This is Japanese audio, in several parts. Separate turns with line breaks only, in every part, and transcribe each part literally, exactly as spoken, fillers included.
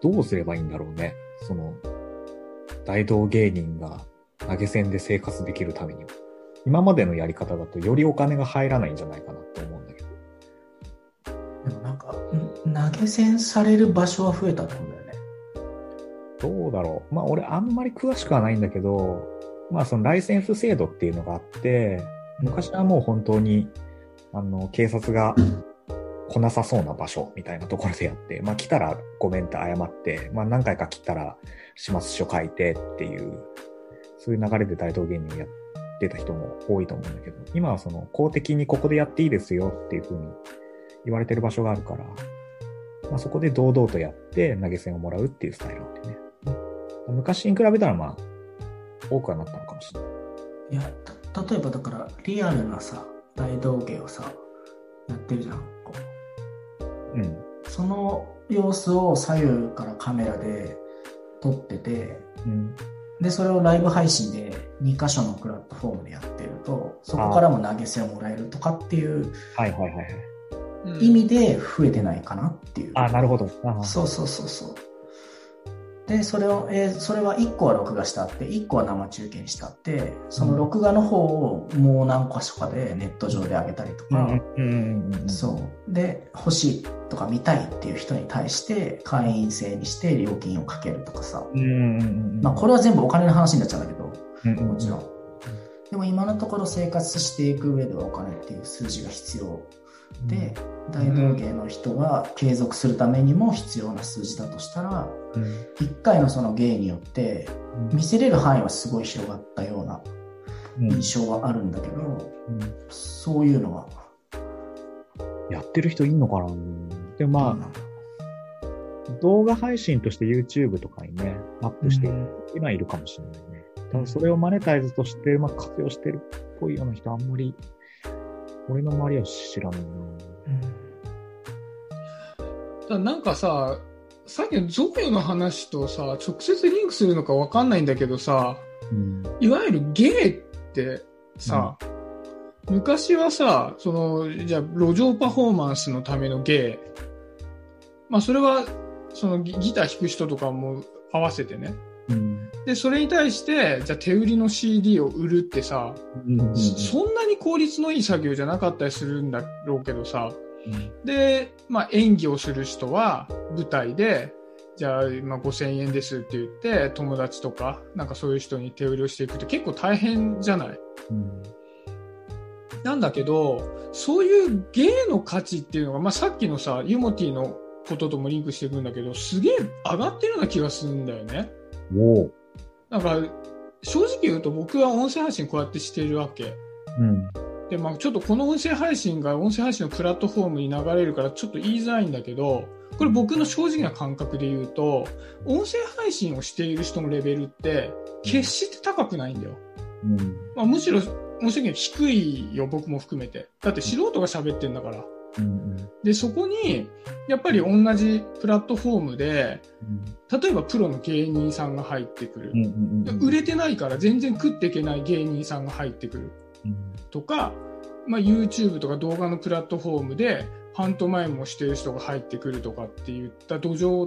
どうすればいいんだろうね。その、大道芸人が投げ銭で生活できるためには。今までのやり方だとよりお金が入らないんじゃないかなって思うんだけど。
でもなんか、投げ銭される場所は増えたってことだよね。
どうだろう。まあ俺あんまり詳しくはないんだけど、まあそのライセンス制度っていうのがあって、昔はもう本当に、あの、警察が来なさそうな場所みたいなところでやって、まあ来たらごめんって謝って、まあ何回か来たら始末書書いてっていう、そういう流れで大道芸人をやってた人も多いと思うんだけど、今はその公的にここでやっていいですよっていうふうに言われてる場所があるから、まあそこで堂々とやって投げ銭をもらうっていうスタイルなんでね。昔に比べたらまあ多くはなったのかもしれない。
いや、た例えばだからリアルなさ、大道芸をさ、やってるじゃん。こ
う。うん。
その様子を左右からカメラで撮ってて、
うん。
で、それをライブ配信でに箇所のプラットフォームでやってると、そこからも投げ銭をもらえるとかっていう
はいはいはいはい。
意味で増えてないかなっていう。
あ、なるほど。あ
そうそうそうそう。で、それを、えー、それはいっこは録画してあって、いっこは生中継にしてあって、その録画の方をもう何箇所かでネット上で上げたりとか、そう。で、欲しいとか見たいっていう人に対して会員制にして料金をかけるとかさ。
うんうんうん、
まあこれは全部お金の話になっちゃうんだけど、
うんうん、
もちろん。でも今のところ生活していく上ではお金っていう数字が必要で、大道芸の人が継続するためにも必要な数字だとしたら、うん、いっかいのその芸によって見せれる範囲はすごい広がったような印象はあるんだけど、うんうん、そういうのは
やってる人いんのかな。でもまあ動画配信として YouTube とかにねアップして今いるかもしれないね。ただそれをマネタイズとしてうまく活用してるっぽいような人あんまり俺の周りは知らないな。
うん、だなんかさ、さっきのゾヨの話とさ、直接リンクするのかわかんないんだけどさ、うん、いわゆるゲイってさ、うん、昔はさ、その、じゃあ路上パフォーマンスのためのゲイ、まあそれは、そのギター弾く人とかも合わせてね。うん、で、それに対して、じゃあ手売りの シーディー を売るってさ、うんうんうん、そんなに効率のいい作業じゃなかったりするんだろうけどさ、うん、で、まあ演技をする人は舞台で、じゃあまあごせんえんですって言って、友達とか、なんかそういう人に手売りをしていくって結構大変じゃない、うん、なんだけど、そういう芸の価値っていうのが、まあさっきのさ、ユモティのことともリンクしていくんだけど、すげえ上がってるような気がするんだよね。
お
なんか正直言うと僕は音声配信こうやってしているわけ、うん、でまあちょっとこの音声配信が音声配信のプラットフォームに流れるからちょっと言いづらいんだけど、これ僕の正直な感覚で言うと音声配信をしている人のレベルって決して高くないんだよ、うんまあ、むしろ申し訳ない低いよ、僕も含めて。だって素人が喋ってんだから、うんうん、でそこにやっぱり同じプラットフォームで、うん、例えばプロの芸人さんが入ってくる、うんうんうん、売れてないから全然食っていけない芸人さんが入ってくる、うん、とか、まあ、YouTube とか動画のプラットフォームでパントマイムをしてる人が入ってくるとかっていった土壌って、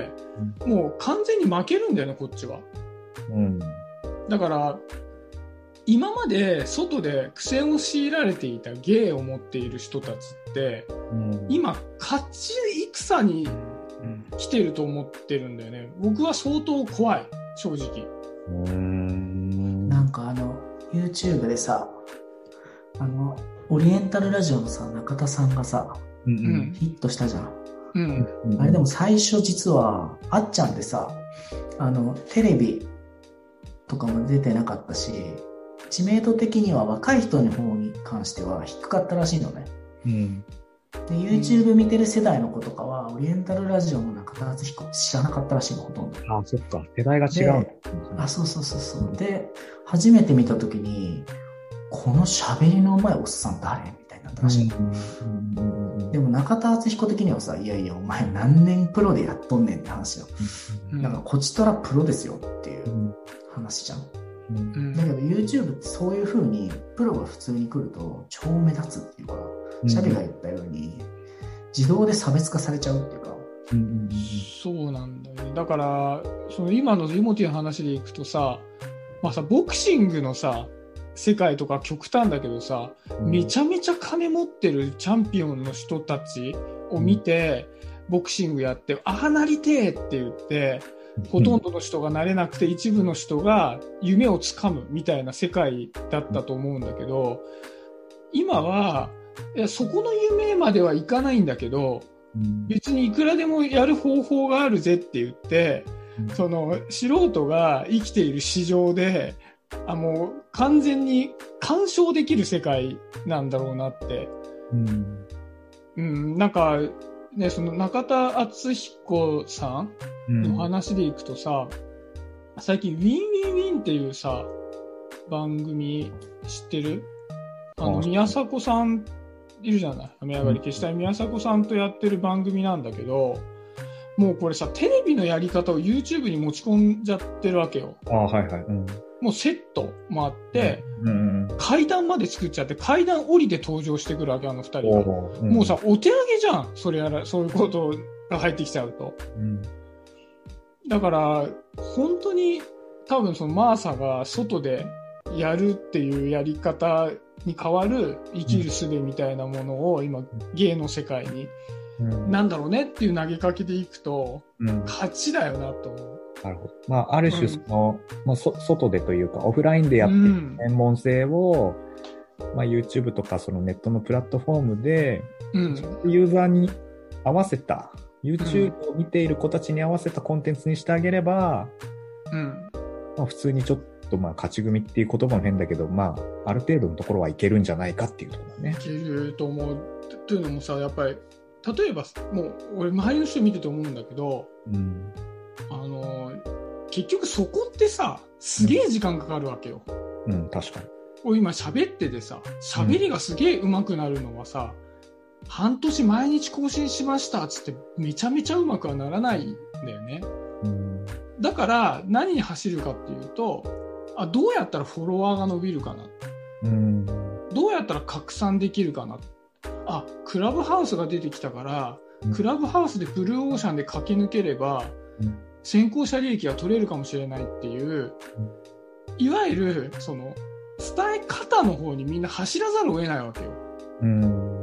うん、もう完全に負けるんだよねこっちは、うん、だから今まで外で苦戦を強いられていた芸を持っている人たちって、うん、今勝ち戦に来てると思ってるんだよね。僕は相当怖い、正直。
うーん、なんかあの YouTube でさ、あのオリエンタルラジオのさ中田さんがさ、うんうん、ヒットしたじゃん、うんうん、あれでも最初実はあっちゃんでさ、あのテレビとかも出てなかったし、知名度的には若い人の方に関しては低かったらしいのね、うん、で YouTube 見てる世代の子とかはオリエンタルラジオの中田敦彦知らなかったらしいの、ほとんど。
あ、そっか、世代が違う。
あ、そうそうそうそう、うん、で初めて見た時にこの喋りの上手いおっさん誰みたいになったらしいの、うんうん、でも中田敦彦的にはさ、いやいやお前何年プロでやっとんねんって話よ、うん、だからこちとらプロですよっていう話じゃん、うん、だけど YouTube ってそういう風にプロが普通に来ると超目立つっていうか、シャビが言ったように自動で差別化されちゃうっていうか、
うんうんうん、
そうなんだよね。だから、その今のイモティの話でいくとさ、まあさ、ボクシングのさ、世界とか極端だけどさ、うん、めちゃめちゃ金持ってるチャンピオンの人たちを見て、うん、ボクシングやって、ああなりてえって言って、ほとんどの人がなれなくて、一部の人が夢をつかむみたいな世界だったと思うんだけど、今は、いやそこの夢まではいかないんだけど、うん、別にいくらでもやる方法があるぜって言って、うん、その素人が生きている市場で、あもう完全に干渉できる世界なんだろうなって。うん。うん、なんか、ね、その中田敦彦さんの話でいくとさ、うん、最近ウィンウィンウィンっていうさ、番組知ってる？あの、宮迫さんいるじゃない？雨上がり消したい宮迫さんとやってる番組なんだけど、もうこれさ、テレビのやり方を YouTube に持ち込んじゃってるわけよ。
ああ、はいはい。うん、
もうセットもあって、
うんうんうん、
階段まで作っちゃって、階段降りて登場してくるわけ、あの二人が。うん、もうさ、お手上げじゃん。それやら、そういうことが入ってきちゃうと。うん、だから、本当に多分そのマーサが外でやるっていうやり方に変わる生きる術みたいなものを今、芸の世界に、うん、なんだろうねっていう投げかけでいくと、うん、勝ちだよなと思う。
なるほど。まあ、ある種その、うんまあ、そ外でというか、オフラインでやってる専門性を、うんまあ、YouTube とかそのネットのプラットフォームで、うん、ユーザーに合わせた、YouTube を見ている子たちに合わせたコンテンツにしてあげれば、うんまあ、普通にちょっとまあ勝ち組っていう言葉も変だけど、まあ、ある程度のところはいけるんじゃないかっていうところだね。
いけると思う。というのもさ、やっぱり、例えば、もう、俺、周りの人見てて思うんだけど、うんあの結局そこってさ、すげえ時間かかるわけよ。
うん、うん、確かに。
俺今喋っててさ、喋りがすげえ上手くなるのはさ、うん、半年毎日更新しましたっつってめちゃめちゃ上手くはならないんだよね。うん、だから何に走るかっていうと、あ、どうやったらフォロワーが伸びるかな。うん、どうやったら拡散できるかな。あ、クラブハウスが出てきたから、うん、クラブハウスでブルーオーシャンで駆け抜ければ、うん先行者利益が取れるかもしれないっていう、いわゆる、その、伝え方の方にみんな走らざるを得ないわけよ。うん、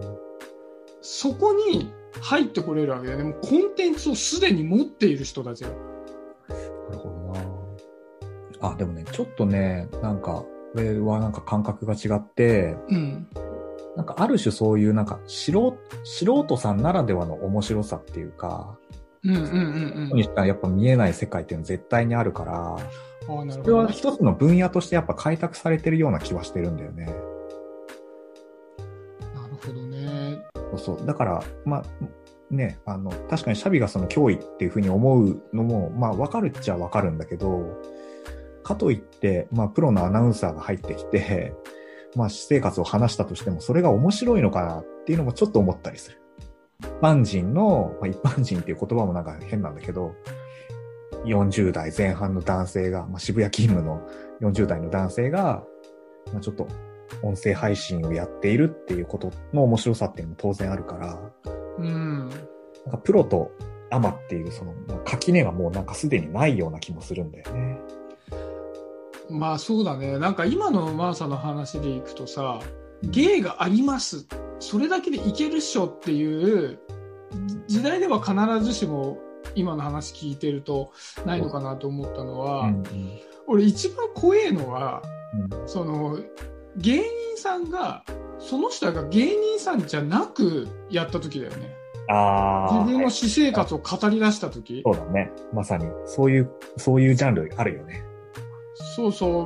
そこに入ってこれるわけだよね。もうコンテンツをすでに持っている人たちが。な
るほどな。あ、でもね、ちょっとね、なんか、これはなんか感覚が違って、うん、なんかある種そういうなんか素人、素人さんならではの面白さっていうか、うんうんうんうん。にしかやっぱ見えない世界っていうのは絶対にあるから、あ、なるほど。それは一つの分野としてやっぱ開拓されてるような気はしてるんだよね。なる
ほどね。
そうそう。だから、まあ、ね、あの、確かにシャビがその脅威っていうふうに思うのも、まあわかるっちゃわかるんだけど、かといって、まあプロのアナウンサーが入ってきて、まあ私生活を話したとしてもそれが面白いのかなっていうのもちょっと思ったりする。一般人の、まあ、一般人っていう言葉もなんか変なんだけど、よんじゅう代前半の男性が、まあ、渋谷勤務のよんじゅう代の男性が、まあ、ちょっと音声配信をやっているっていうことの面白さっていうのも当然あるから、うん。なんかプロとアマっていうその垣根がもうなんかすでにないような気もするんだよね。
まあそうだね。なんか今のマーサの話でいくとさ、芸があります。それだけでいけるっしょっていう時代では必ずしも今の話聞いてるとないのかなと思ったのは、うんうん、俺一番怖えのは、うん、その芸人さんがその人が芸人さんじゃなくやった時だよね。あ自分の私生活を語り出した時。
そうだね。まさにそういうそういうジャンルあるよね。
そうそう。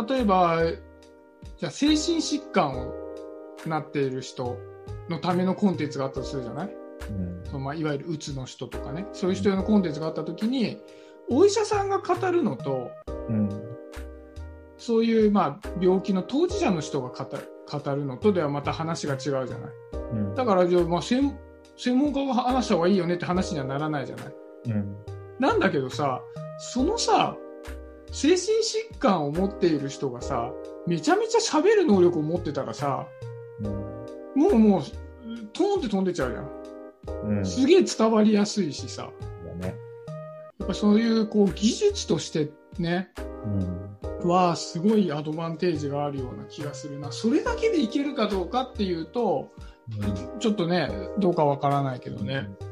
例えばじゃあ精神疾患をなっている人のためのコンテンツがあったとするじゃない、うんそのまあ、いわゆるうつの人とかねそういう人用のコンテンツがあったときにお医者さんが語るのと、うん、そういうまあ病気の当事者の人が語る、語るのとではまた話が違うじゃない、うん、だからじゃあまあ 専, 専門家が話した方がいいよねって話にはならないじゃない、うん、なんだけどさそのさ精神疾患を持っている人がさめちゃめちゃ喋る能力を持ってたらさ、うん、もうもうトーンって飛んでちゃうじゃん。 うん、すげえ伝わりやすいしさ。だね。やっぱそういうこう技術としてね、うん、はすごいアドバンテージがあるような気がするな。それだけでいけるかどうかっていうと、うん、ちょっとね、どうかわからないけどね。